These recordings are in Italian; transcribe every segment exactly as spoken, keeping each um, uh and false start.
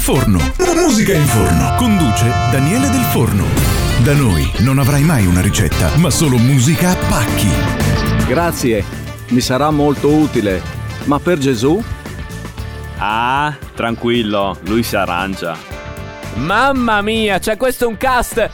Forno. Musica in Forno. Conduce Daniele Del Forno. Da noi non avrai mai una ricetta, ma solo musica a pacchi. Grazie, mi sarà molto utile. Ma per Gesù? Ah, tranquillo, lui si arrangia. Mamma mia, c'è questo un cast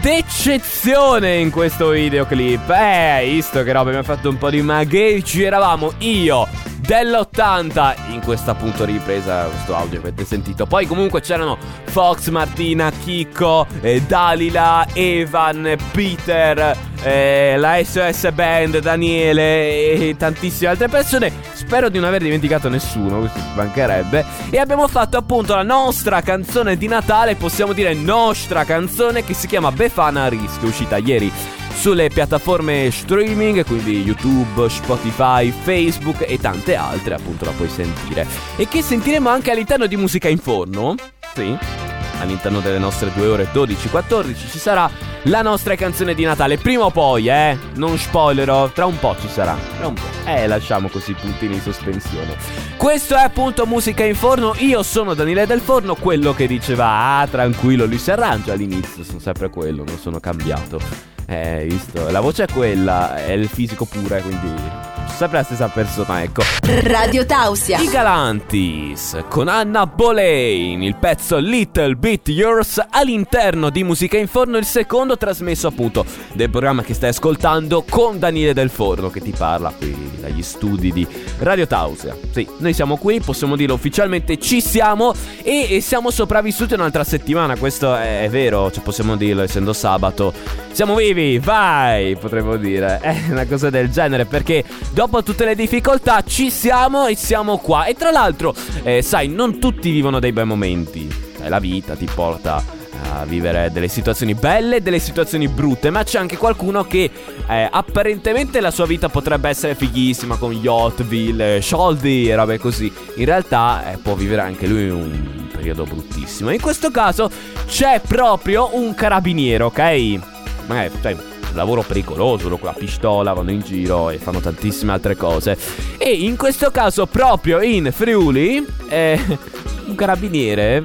d'eccezione in questo videoclip. Eh, hai visto che roba, mi ha fatto un po' di maghe. Ci eravamo io dell'ottanta in questa appunto ripresa, questo audio avete sentito. Poi comunque c'erano Fox, Martina, Chicco, eh, Dalila, Evan, Peter, eh, la S O S Band, Daniele e tantissime altre persone. Spero di non aver dimenticato nessuno, questo ci mancherebbe. E abbiamo fatto appunto la nostra canzone di Natale, possiamo dire nostra canzone, che si chiama Befana a rischio, uscita ieri sulle piattaforme streaming, quindi YouTube, Spotify, Facebook e tante altre, appunto la puoi sentire. E che sentiremo anche all'interno di Musica in Forno. Sì, all'interno delle nostre due ore dodici quattordici ci sarà la nostra canzone di Natale. Prima o poi, eh, non spoilerò, tra un po' ci sarà, tra un po'. Eh, lasciamo così puntini in sospensione. Questo è appunto Musica in Forno. Io sono Daniele Del Forno, quello che diceva, ah, tranquillo, lui si arrangia all'inizio, sono sempre quello, non sono cambiato. Eh, visto, la voce è quella, è il fisico pure, quindi sempre la stessa persona, ecco. Radio Tausia. I Galantis con Anna Boleyn, il pezzo Little Bit Yours all'interno di Musica in Forno, il secondo trasmesso appunto del programma che stai ascoltando con Daniele Del Forno che ti parla qui dagli studi di Radio Tausia. Sì, noi siamo qui, possiamo dirlo ufficialmente, ci siamo e, e siamo sopravvissuti un'altra settimana, questo è, è vero, cioè possiamo dirlo essendo sabato. Siamo vivi, vai, potremmo dire. È una cosa del genere, perché dopo tutte le difficoltà ci siamo e siamo qua. E tra l'altro, eh, sai, non tutti vivono dei bei momenti. Eh, la vita ti porta a vivere delle situazioni belle e delle situazioni brutte, ma c'è anche qualcuno che eh, apparentemente la sua vita potrebbe essere fighissima, con yacht, ville, soldi e robe così. In realtà eh, può vivere anche lui un periodo bruttissimo. In questo caso c'è proprio un carabiniere, ok? Magari, cioè, un lavoro pericoloso, loro con la pistola vanno in giro e fanno tantissime altre cose. E in questo caso proprio in Friuli eh, un carabiniere,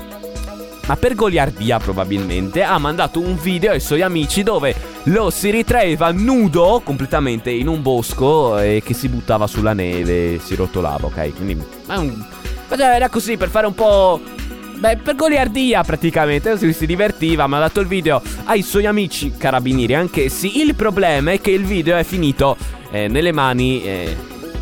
ma per goliardia probabilmente, ha mandato un video ai suoi amici dove lo si ritraeva nudo completamente in un bosco e che si buttava sulla neve e si rotolava, ok? Quindi ma un, ma era così per fare un po', beh, per goliardia praticamente, si, si divertiva, ma ha dato il video ai suoi amici carabinieri anch'essi. Il problema è che il video è finito eh, nelle mani eh,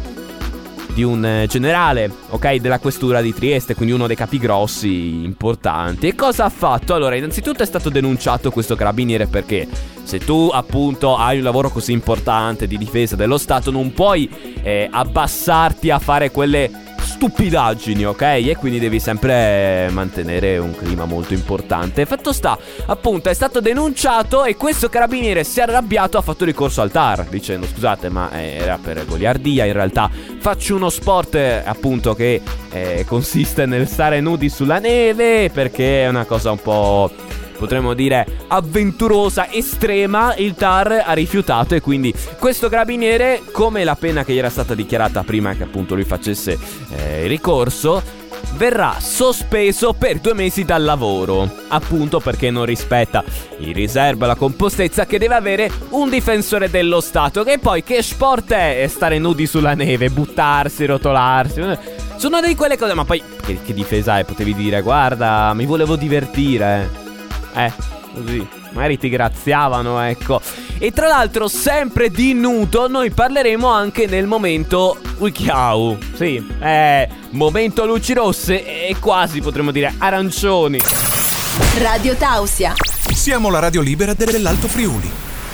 di un eh, generale, ok, della questura di Trieste, quindi uno dei capigrossi importanti. E cosa ha fatto? Allora, innanzitutto è stato denunciato questo carabiniere perché se tu appunto hai un lavoro così importante di difesa dello Stato non puoi eh, abbassarti a fare quelle stupidaggini, ok? E quindi devi sempre mantenere un clima molto importante. Fatto sta, appunto, è stato denunciato e questo carabiniere si è arrabbiato, ha fatto ricorso al T A R dicendo scusate ma era per goliardia, in realtà faccio uno sport eh, appunto che eh, consiste nel stare nudi sulla neve perché è una cosa un po', potremmo dire, avventurosa, estrema. Il T A R ha rifiutato e quindi questo carabiniere, come la pena che gli era stata dichiarata prima che appunto lui facesse eh, ricorso, verrà sospeso per due mesi dal lavoro, appunto perché non rispetta il riservo e la compostezza che deve avere un difensore dello Stato. Che poi che sport è stare nudi sulla neve, buttarsi, rotolarsi? Sono di quelle cose, ma poi che, che difesa è? Potevi dire guarda, mi volevo divertire. Eh, così, magari ti graziavano, ecco. E tra l'altro, sempre di nudo, noi parleremo anche nel momento Wikiau. Sì, eh, momento luci rosse e quasi potremmo dire arancioni. Radio Tausia. Siamo la radio libera dell'Alto Friuli.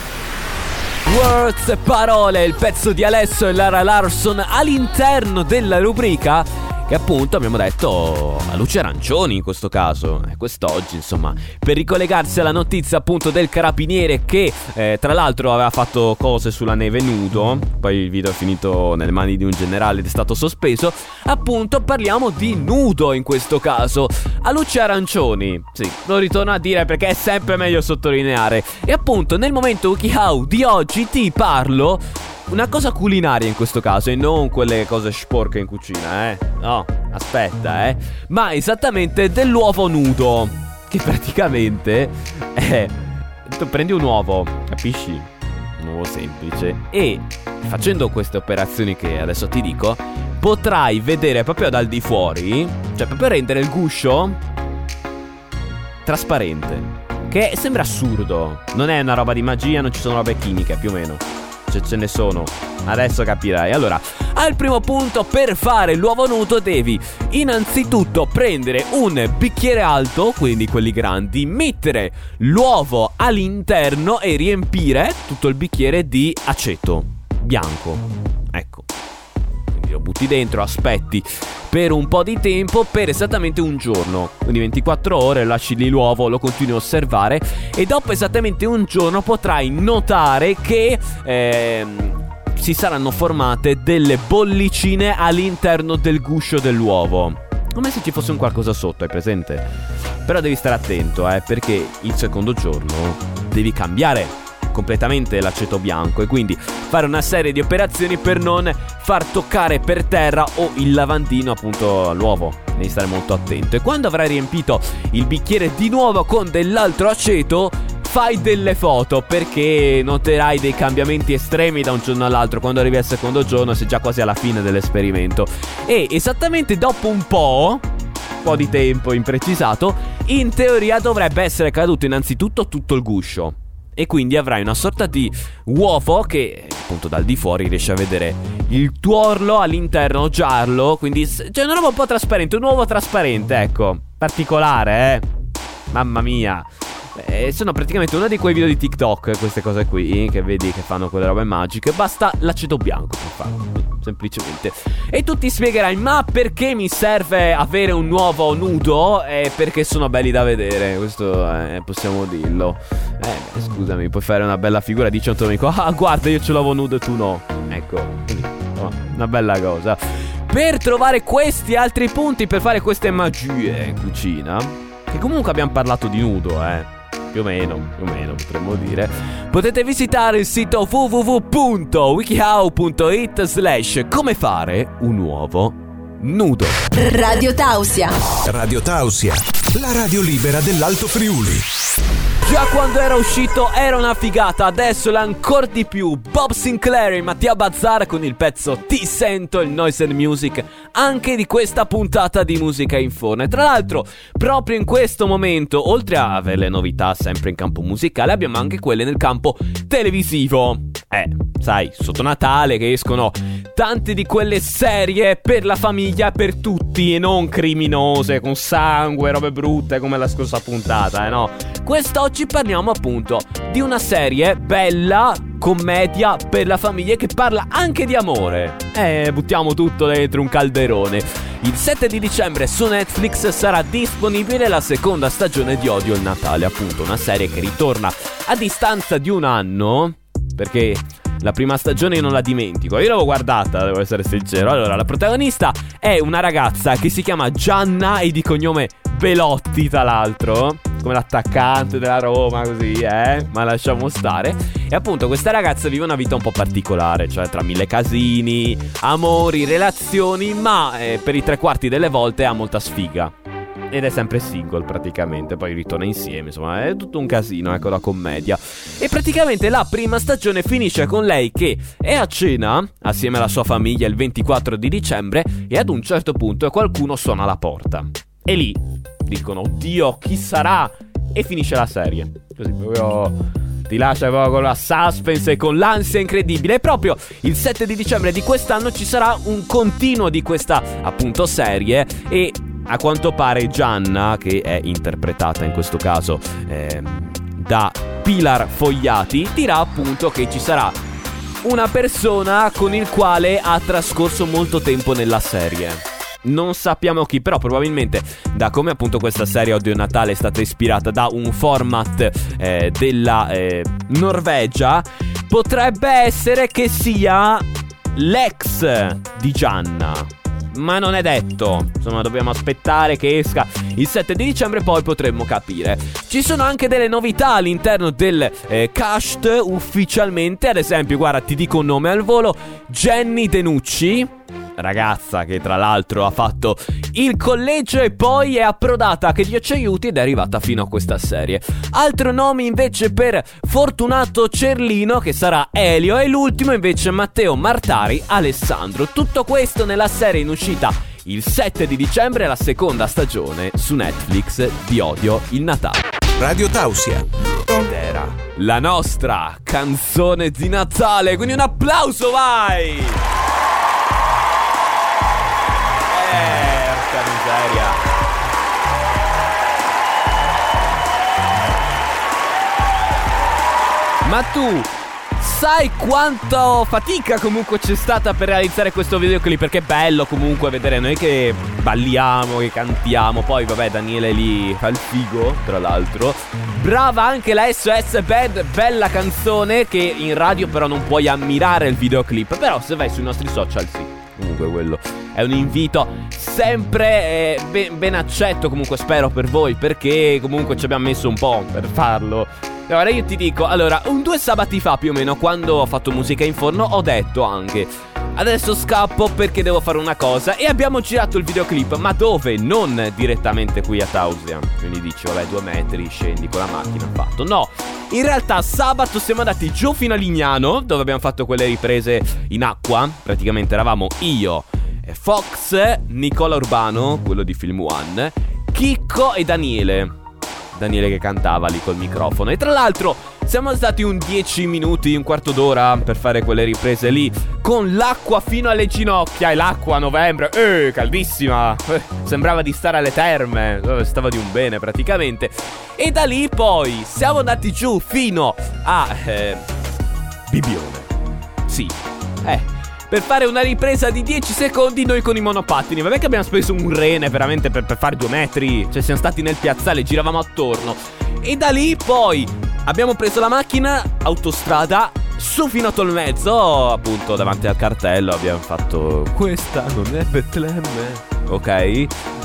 Words e parole, il pezzo di Alesso e Lara Larson all'interno della rubrica che appunto abbiamo detto a luci arancioni in questo caso, eh, quest'oggi insomma, per ricollegarsi alla notizia appunto del carabiniere che eh, tra l'altro aveva fatto cose sulla neve nudo. Poi il video è finito nelle mani di un generale ed è stato sospeso. Appunto parliamo di nudo in questo caso a luci arancioni. Sì, lo ritorno a dire perché è sempre meglio sottolineare. E appunto nel momento WikiHow di oggi ti parlo una cosa culinaria in questo caso, e non quelle cose sporche in cucina, eh. No, aspetta, eh. Ma esattamente dell'uovo nudo, che praticamente è... tu prendi un uovo, capisci? Un uovo semplice, e facendo queste operazioni che adesso ti dico, potrai vedere proprio dal di fuori, cioè proprio rendere il guscio trasparente. Che sembra assurdo. Non è una roba di magia, non ci sono robe chimiche, più o meno. Cioè ce ne sono. Adesso capirai. Allora, al primo punto, per fare l'uovo nudo devi innanzitutto prendere un bicchiere alto, quindi quelli grandi, mettere l'uovo all'interno e riempire tutto il bicchiere di aceto bianco. Ecco. Quindi lo butti dentro, aspetti per un po' di tempo, per esattamente un giorno, quindi ventiquattro ore, lasci lì l'uovo, lo continui a osservare, e dopo esattamente un giorno potrai notare che ehm, si saranno formate delle bollicine all'interno del guscio dell'uovo, come se ci fosse un qualcosa sotto, hai presente? Però devi stare attento, eh, perché il secondo giorno devi cambiare completamente l'aceto bianco, e quindi fare una serie di operazioni per non far toccare per terra o il lavandino appunto all'uovo. Devi stare molto attento. E quando avrai riempito il bicchiere di nuovo con dell'altro aceto, fai delle foto, perché noterai dei cambiamenti estremi da un giorno all'altro. Quando arrivi al secondo giorno sei già quasi alla fine dell'esperimento, e esattamente dopo un po' un po' di tempo imprecisato, in teoria dovrebbe essere caduto innanzitutto tutto il guscio, e quindi avrai una sorta di uovo che appunto dal di fuori riesci a vedere il tuorlo all'interno giallo, quindi c'è una roba un po' trasparente, un uovo trasparente, ecco, particolare, eh. Mamma mia. Eh, sono praticamente uno di quei video di TikTok, queste cose qui, che vedi che fanno quelle robe magiche. Basta l'aceto bianco per farlo, semplicemente. E tu ti spiegherai: ma perché mi serve avere un uovo nudo? Eh, perché sono belli da vedere, questo eh, possiamo dirlo. Eh, beh, scusami, puoi fare una bella figura, dice a un tuo amico: ah, guarda, io ce l'uovo nudo e tu no. Ecco, oh, una bella cosa. Per trovare questi altri punti, per fare queste magie in cucina, che comunque abbiamo parlato di nudo, eh più o meno, più o meno potremmo dire, potete visitare il sito w w w punto wikihow punto it slash come fare un uovo nudo. Radio Tausia. Radio Tausia, la radio libera dell'Alto Friuli. Già quando era uscito era una figata, adesso l'è ancora di più. Bob Sinclair e Mattia Bazzar con il pezzo Ti sento, il noise and music anche di questa puntata di Musica in Forno. E tra l'altro, proprio in questo momento, oltre a avere le novità sempre in campo musicale, abbiamo anche quelle nel campo televisivo. Eh, sai, sotto Natale che escono tante di quelle serie per la famiglia, per tutti, e non criminose, con sangue, robe brutte come la scorsa puntata, eh no? Quest'oggi parliamo appunto di una serie bella, commedia per la famiglia, che parla anche di amore. Eh, buttiamo tutto dentro un calderone. Il sette di dicembre su Netflix sarà disponibile la seconda stagione di Odio il Natale, appunto una serie che ritorna a distanza di un anno, perché la prima stagione io non la dimentico, io l'avevo guardata, devo essere sincero. Allora, la protagonista è una ragazza che si chiama Gianna e di cognome Belotti, tra l'altro, come l'attaccante della Roma, così, eh, ma lasciamo stare. E appunto questa ragazza vive una vita un po' particolare, cioè tra mille casini, amori, relazioni, ma eh, per i tre quarti delle volte ha molta sfiga. Ed è sempre single praticamente, poi ritorna insieme, insomma è tutto un casino, ecco, la commedia. E praticamente la prima stagione finisce con lei che è a cena assieme alla sua famiglia il ventiquattro di dicembre, e ad un certo punto qualcuno suona alla porta. E lì dicono: oddio, chi sarà? E finisce la serie. Così proprio ti lascia proprio con la suspense e con l'ansia incredibile. E proprio il sette di dicembre di quest'anno ci sarà un continuo di questa appunto serie, e a quanto pare Gianna, che è interpretata in questo caso eh, da Pilar Fogliati, dirà appunto che ci sarà una persona con il quale ha trascorso molto tempo nella serie. Non sappiamo chi, però probabilmente, da come appunto questa serie Odio Natale è stata ispirata da un format eh, della eh, Norvegia, potrebbe essere che sia l'ex di Gianna. ma non è detto. Insomma, dobbiamo aspettare che esca il sette di dicembre, poi potremmo capire. Ci sono anche delle novità all'interno del eh, cast ufficialmente. Ad esempio, guarda, ti dico un nome al volo: Jenny Denucci, ragazza che tra l'altro ha fatto il collegio e poi è approdata, che Dio ci aiuti, ed è arrivata fino a questa serie. Altro nome invece per Fortunato Cerlino, che sarà Elio, e l'ultimo invece Matteo Martari Alessandro. Tutto questo nella serie in uscita il sette di dicembre, la seconda stagione su Netflix di Odio il Natale. Radio Tausia. Ed era la nostra canzone di Natale, quindi un applauso, vai! Porca miseria. Ma tu sai quanto fatica comunque c'è stata per realizzare questo videoclip? Perché è bello comunque vedere noi che balliamo, che cantiamo. Poi vabbè, Daniele lì fa il figo, tra l'altro. Brava anche la S O S Band, bella canzone che in radio però non puoi ammirare il videoclip. Però se vai sui nostri social sì. Comunque quello è un invito sempre eh, ben, ben accetto, comunque spero per voi, perché comunque ci abbiamo messo un po' per farlo. Allora io ti dico, allora, un due sabati fa più o meno, quando ho fatto Musica in Forno, ho detto anche: adesso scappo perché devo fare una cosa. E abbiamo girato il videoclip, ma dove? Non direttamente qui a Tausia. Quindi dici, vabbè, due metri, scendi con la macchina, fatto. No, in realtà sabato siamo andati giù fino a Lignano, dove abbiamo fatto quelle riprese in acqua. Praticamente eravamo io, Fox, Nicola Urbano, quello di Film One, Chicco e Daniele. Daniele che cantava lì col microfono. E tra l'altro siamo stati un dieci minuti, un quarto d'ora per fare quelle riprese lì, con l'acqua fino alle ginocchia. E l'acqua a novembre, eh, caldissima, eh, sembrava di stare alle terme, eh, stava di un bene praticamente. E da lì poi siamo andati giù fino a eh, Bibione. Sì, eh per fare una ripresa di dieci secondi noi con i monopattini. Vabbè che abbiamo speso un rene veramente per, per fare due metri. Cioè siamo stati nel piazzale, giravamo attorno. E da lì poi abbiamo preso la macchina, autostrada, su fino a Tolmezzo, appunto davanti al cartello. Abbiamo fatto: questa non è Betlemme, ok?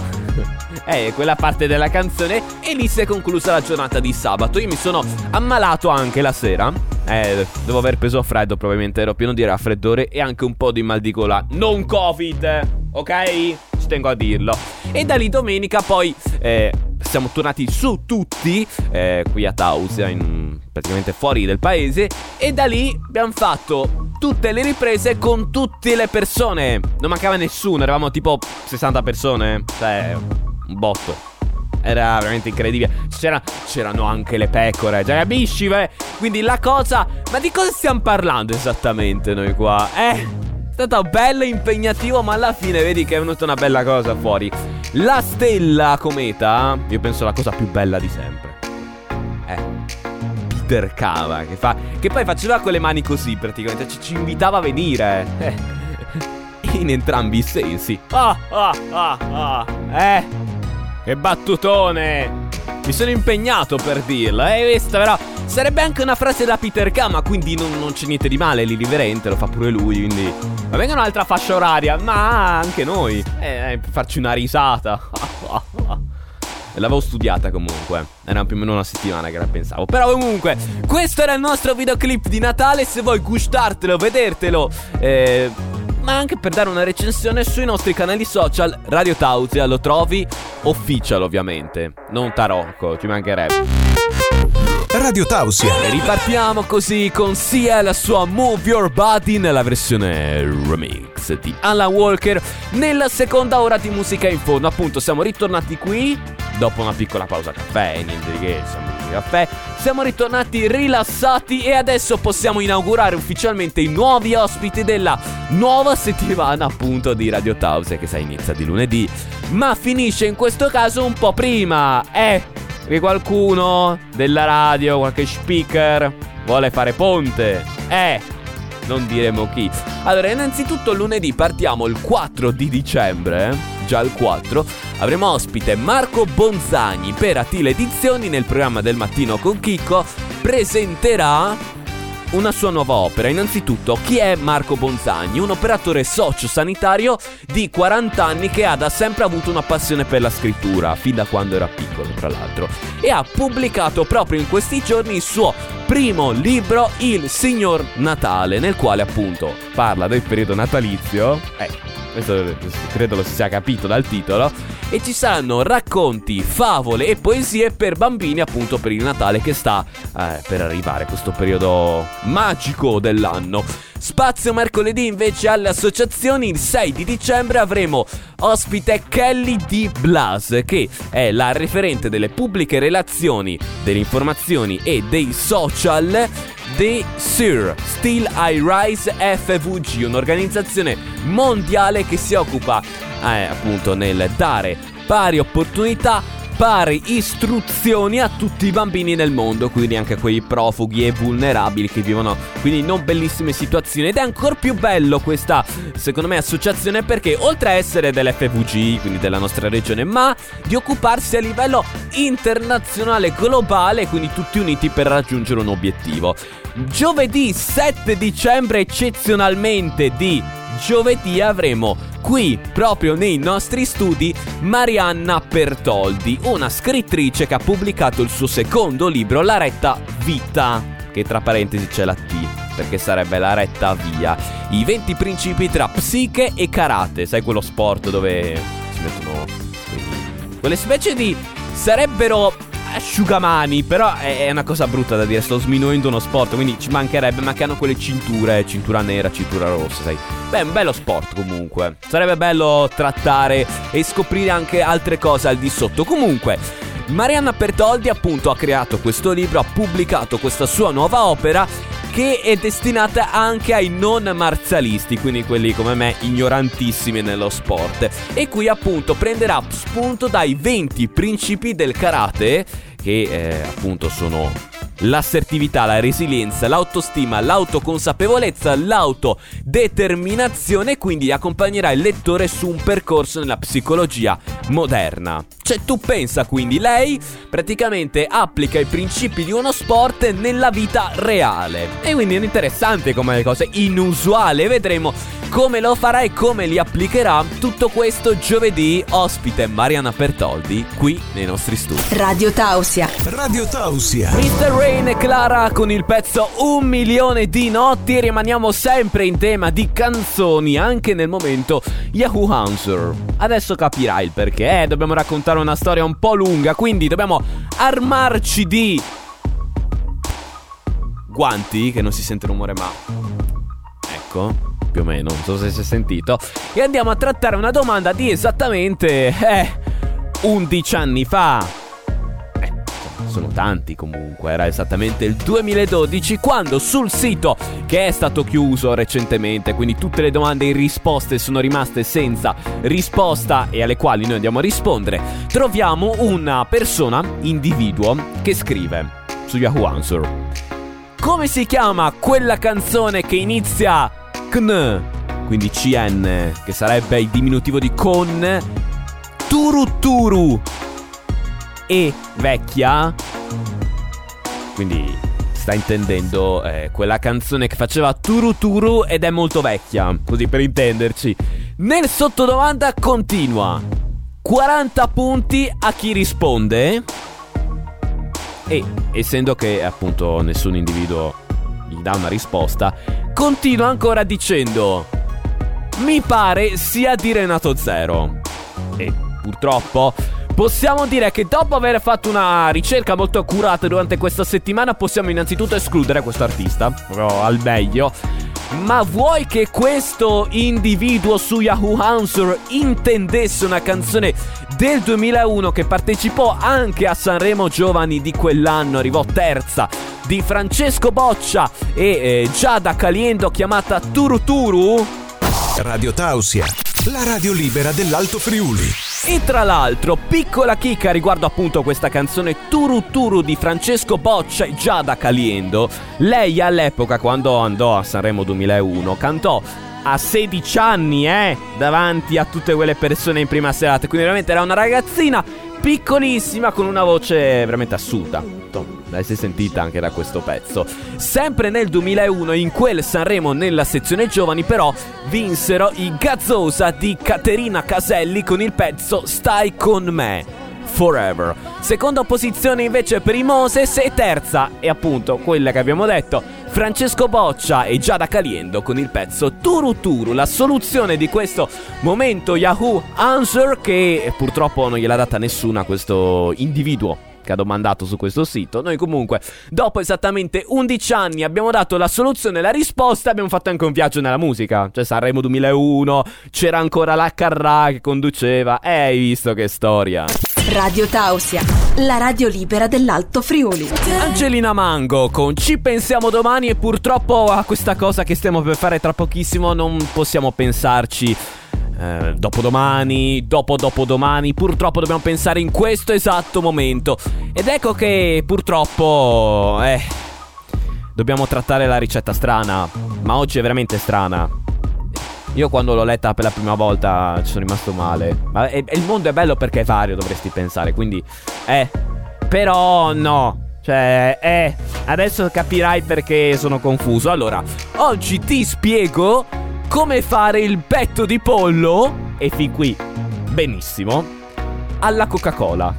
È quella parte della canzone. E lì si è conclusa la giornata di sabato. Io mi sono ammalato anche la sera. Eh, devo aver preso freddo, probabilmente ero pieno di raffreddore e anche un po' di mal di gola. Non Covid, ok? Ci tengo a dirlo. E da lì domenica poi eh, siamo tornati su tutti eh, qui a Tausia, in, praticamente fuori del paese. E da lì abbiamo fatto tutte le riprese con tutte le persone. Non mancava nessuno, eravamo tipo sessanta persone. Cioè, un botto. Era veramente incredibile. C'era, c'erano anche le pecore, già capisci, beh? Quindi la cosa... Ma di cosa stiamo parlando esattamente noi qua? Eh, è stato bello, impegnativo, ma alla fine vedi che è venuta una bella cosa fuori. La stella cometa, io penso la cosa più bella di sempre. Eh, Peter Cava, che fa... Che poi faceva con le mani così, praticamente. Ci, ci invitava a venire. Eh, in entrambi i sensi. Ah, ah, ah, ah. Eh... Che battutone! Mi sono impegnato per dirla, eh, questa però sarebbe anche una frase da Peter K, ma quindi non, non c'è niente di male, l'irriverente lo fa pure lui, quindi va bene un'altra fascia oraria, ma anche noi, eh, eh, per farci una risata. L'avevo studiata comunque, era più o meno una settimana che la pensavo. Però comunque, questo era il nostro videoclip di Natale, se vuoi gustartelo, vedertelo, eh... ma anche per dare una recensione sui nostri canali social. Radio Tausia lo trovi official, ovviamente, non tarocco, ci mancherebbe. Radio Tausia. E ripartiamo così con Sia e la sua Move Your Body nella versione remix di Alan Walker, nella seconda ora di Musica in Forno. Appunto siamo ritornati qui dopo una piccola pausa caffè, niente di che, siamo qui caffè. Siamo ritornati rilassati e adesso possiamo inaugurare ufficialmente i nuovi ospiti della nuova settimana, appunto, di Radio Tausia, che sa inizia di lunedì, ma finisce in questo caso un po' prima. Eh, che qualcuno della radio, qualche speaker vuole fare ponte. Eh, non diremo chi. Allora, innanzitutto lunedì partiamo il quattro di dicembre, eh? Già il quattro, avremo ospite Marco Bonzani per Attile Edizioni. Nel programma del mattino con Chicco presenterà una sua nuova opera. Innanzitutto, chi è Marco Bonzagni? Un operatore socio-sanitario di quaranta anni che ha da sempre avuto una passione per la scrittura, fin da quando era piccolo tra l'altro, e ha pubblicato proprio in questi giorni il suo primo libro, Il Signor Natale, nel quale appunto parla del periodo natalizio. Eh Questo credo lo si sia capito dal titolo. E ci saranno racconti, favole e poesie per bambini, appunto per il Natale che sta eh, per arrivare, questo periodo magico dell'anno. Spazio mercoledì invece alle associazioni. Il sei di dicembre avremo ospite Kelly Di Blas, che è la referente delle pubbliche relazioni, delle informazioni e dei social di S I R, Still I Rise F V G, un'organizzazione mondiale che si occupa eh, appunto nel dare pari opportunità, pari istruzioni a tutti i bambini nel mondo, quindi anche a quei profughi e vulnerabili che vivono quindi non bellissime situazioni. Ed è ancora più bello questa, secondo me, associazione, perché oltre a essere dell'F V G, quindi della nostra regione, ma di occuparsi a livello internazionale, globale, quindi tutti uniti per raggiungere un obiettivo. Giovedì sette dicembre, eccezionalmente di giovedì, avremo qui proprio nei nostri studi Marianna Pertoldi, una scrittrice che ha pubblicato il suo secondo libro, La retta vita, che tra parentesi c'è la T perché sarebbe la retta via, i venti principi tra psiche e karate. Sai, quello sport dove si mettono quelle specie di, sarebbero asciugamani, però è una cosa brutta da dire, sto sminuendo uno sport, quindi ci mancherebbe, ma che hanno quelle cinture, cintura nera, cintura rossa, sai. Beh, è un bello sport comunque, sarebbe bello trattare e scoprire anche altre cose al di sotto. Comunque, Marianna Pertoldi appunto ha creato questo libro, ha pubblicato questa sua nuova opera che è destinata anche ai non marzialisti, quindi quelli come me ignorantissimi nello sport. E qui appunto prenderà spunto dai venti principi del karate, che eh, appunto sono l'assertività, la resilienza, l'autostima, l'autoconsapevolezza, l'autodeterminazione. Quindi accompagnerà il lettore su un percorso nella psicologia moderna. Cioè, tu pensa, quindi lei praticamente applica i principi di uno sport nella vita reale. E quindi è interessante come cose, inusuale. Vedremo come lo farà e come li applicherà. Tutto questo giovedì, ospite Marianna Pertoldi qui nei nostri studi. Radio Tausia. Radio Tausia. mister Rain e Clara con il pezzo Un milione di notti. Rimaniamo sempre in tema di canzoni, anche nel momento Yahoo Answer. Adesso capirai il perché, eh, dobbiamo raccontare una storia un po' lunga, quindi dobbiamo armarci di guanti, che non si sente rumore ma ecco, più o meno, non so se si è sentito, e andiamo a trattare una domanda di esattamente eh, undici anni fa. Eh, sono tanti comunque, era esattamente il duemiladodici quando sul sito, che è stato chiuso recentemente, quindi tutte le domande in risposte sono rimaste senza risposta e alle quali noi andiamo a rispondere, troviamo una persona, individuo, che scrive su Yahoo Answer: come si chiama quella canzone che inizia Kn, quindi C N, che sarebbe il diminutivo di con, Turu Turu, e vecchia? Quindi sta intendendo eh, quella canzone che faceva Turu Turu ed è molto vecchia, così per intenderci. Nel sottodomanda continua: quaranta punti a chi risponde. E essendo che appunto nessun individuo gli dà una risposta, continua ancora dicendo: mi pare sia di Renato Zero. E purtroppo possiamo dire che dopo aver fatto una ricerca molto accurata durante questa settimana, possiamo innanzitutto escludere questo artista, proprio al meglio. Ma vuoi che questo individuo su Yahoo Answer intendesse una canzone del duemilauno che partecipò anche a Sanremo Giovani di quell'anno, arrivò terza, di Francesco Boccia e eh, Giada Caliendo, chiamata Turu Turu? Radio Tausia, la radio libera dell'Alto Friuli. E tra l'altro, piccola chicca riguardo appunto questa canzone Turu Turu di Francesco Boccia e Giada Caliendo: lei all'epoca, quando andò a Sanremo duemilauno, cantò a sedici anni, eh, davanti a tutte quelle persone in prima serata, quindi veramente era una ragazzina piccolissima con una voce veramente assurda. L'avete sentita anche da questo pezzo. Sempre nel duemilauno, in quel Sanremo nella sezione giovani, però vinsero i Gazzosa di Caterina Caselli con il pezzo Stai con me Forever. Seconda posizione invece per i Moses, e terza, e appunto quella che abbiamo detto, Francesco Boccia e Giada Caliendo con il pezzo Turu Turu, la soluzione di questo momento Yahoo Answer, che purtroppo non gliel'ha data nessuna questo individuo che ha domandato su questo sito. Noi comunque dopo esattamente undici anni abbiamo dato la soluzione, la risposta, abbiamo fatto anche un viaggio nella musica. Cioè Sanremo duemilauno, c'era ancora la Carrà che conduceva, e hai visto che storia. Radio Tausia, la radio libera dell'Alto Friuli. Angelina Mango con Ci pensiamo domani, e purtroppo a questa cosa che stiamo per fare tra pochissimo non possiamo pensarci Eh, dopodomani, dopo dopodomani. Purtroppo dobbiamo pensare in questo esatto momento. Ed ecco che purtroppo eh, dobbiamo trattare la ricetta strana. Ma oggi è veramente strana. Io quando l'ho letta per la prima volta ci sono rimasto male. Ma è, è, il mondo è bello perché è vario, dovresti pensare. Quindi eh però no. Cioè eh adesso capirai perché sono confuso. Allora, oggi ti spiego come fare il petto di pollo, e fin qui benissimo, alla Coca-Cola.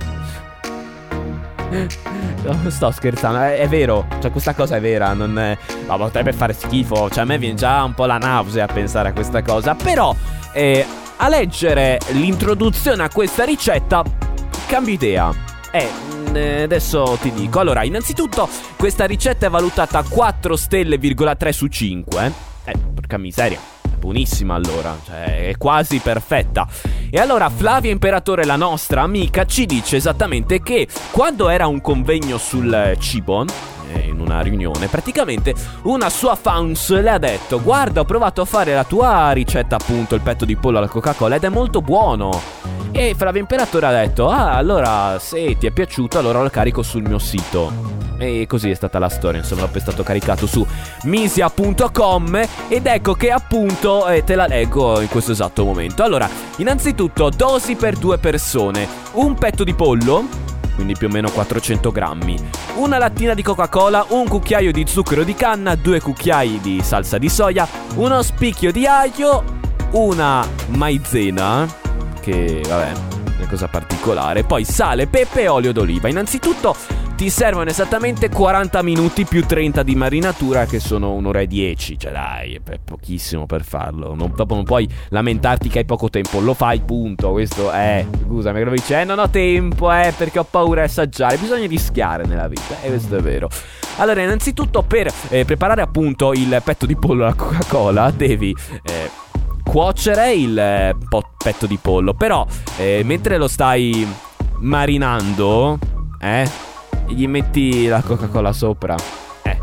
No, sto scherzando, è, è vero, cioè questa cosa è vera, non è, ma potrebbe fare schifo, cioè a me viene già un po' la nausea a pensare a questa cosa. Però eh, a leggere l'introduzione a questa ricetta cambio idea. Eh, adesso ti dico. Allora, innanzitutto questa ricetta è valutata a quattro stelle virgola tre su cinque. Eh, porca miseria, buonissima allora, cioè è quasi perfetta. E allora Flavia Imperatore, la nostra amica, ci dice esattamente che quando era a un convegno sul cibo, eh, in una riunione, praticamente una sua fans le ha detto: guarda, ho provato a fare la tua ricetta, appunto il petto di pollo alla Coca-Cola, ed è molto buono. E Flavia Imperatore ha detto: ah, allora se ti è piaciuto allora lo carico sul mio sito. E così è stata la storia, insomma, dopo è stato caricato su misia punto com. Ed ecco che appunto eh, te la leggo in questo esatto momento. Allora, innanzitutto dosi per due persone: un petto di pollo, quindi più o meno quattrocento grammi, una lattina di Coca-Cola, un cucchiaio di zucchero di canna, due cucchiai di salsa di soia, uno spicchio di aglio, una maizena, che vabbè è una cosa particolare, poi sale, pepe e olio d'oliva. Innanzitutto ti servono esattamente quaranta minuti più trenta di marinatura, che sono un'ora e dieci. Cioè dai, è pochissimo per farlo. non, Dopo non puoi lamentarti che hai poco tempo. Lo fai, punto. Questo è, scusami, che lo dice, eh, non ho tempo, eh, perché ho paura di assaggiare. Bisogna rischiare nella vita, e eh, questo è vero. Allora, innanzitutto per eh, preparare appunto il petto di pollo alla Coca-Cola devi eh, cuocere il eh, petto di pollo. Però eh, mentre lo stai marinando, eh gli metti la Coca-Cola sopra. Eh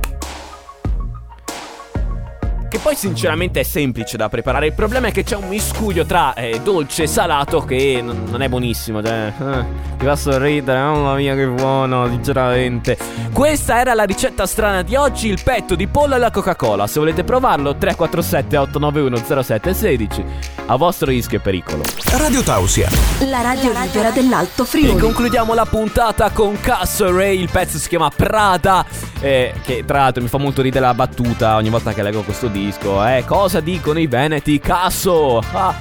Che poi sinceramente è semplice da preparare. Il problema è che c'è un miscuglio tra eh, dolce e salato che non, non è buonissimo, cioè, eh, ti fa sorridere. Mamma mia che buono, sinceramente. Questa era la ricetta strana di oggi, il petto di pollo alla Coca-Cola. Se volete provarlo, tre quattro sette otto nove uno zero sette uno sei, a vostro rischio e pericolo. Radio Tausia, la radio libera dell'Alto Friuli. E concludiamo la puntata con Castle Ray. Il pezzo si chiama Prada, eh, che tra l'altro mi fa molto ridere la battuta ogni volta che leggo questo disco. Eh, cosa dicono i veneti? Casso!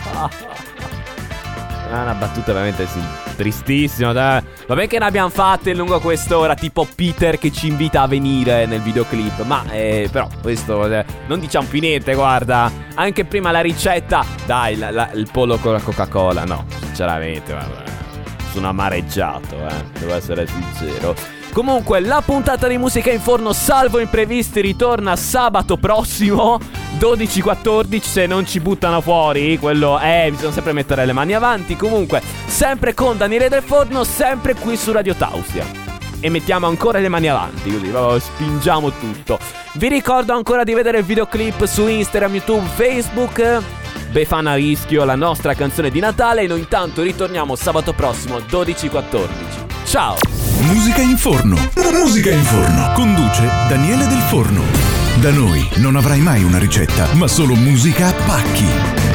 È una battuta veramente sì, tristissima. Dai. Vabbè che ne abbiamo fatte lungo quest'ora, tipo Peter che ci invita a venire nel videoclip. Ma eh, però questo eh, non diciamo più niente, guarda. Anche prima la ricetta, dai, la, la, il pollo con la Coca-Cola, no, sinceramente, guarda, sono amareggiato, eh, devo essere sincero. Comunque la puntata di Musica in Forno, salvo imprevisti, ritorna sabato prossimo dodici quattordici, se non ci buttano fuori. Quello è, bisogna sempre mettere le mani avanti. Comunque sempre con Daniele Del Forno, sempre qui su Radio Tausia. E mettiamo ancora le mani avanti, così oh, spingiamo tutto. Vi ricordo ancora di vedere il videoclip su Instagram, YouTube, Facebook. Befana Rischio, la nostra canzone di Natale. E noi intanto ritorniamo sabato prossimo dodici quattordici. Ciao. Musica in Forno. Musica in Forno. Conduce Daniele Del Forno. Da noi non avrai mai una ricetta, ma solo musica a pacchi.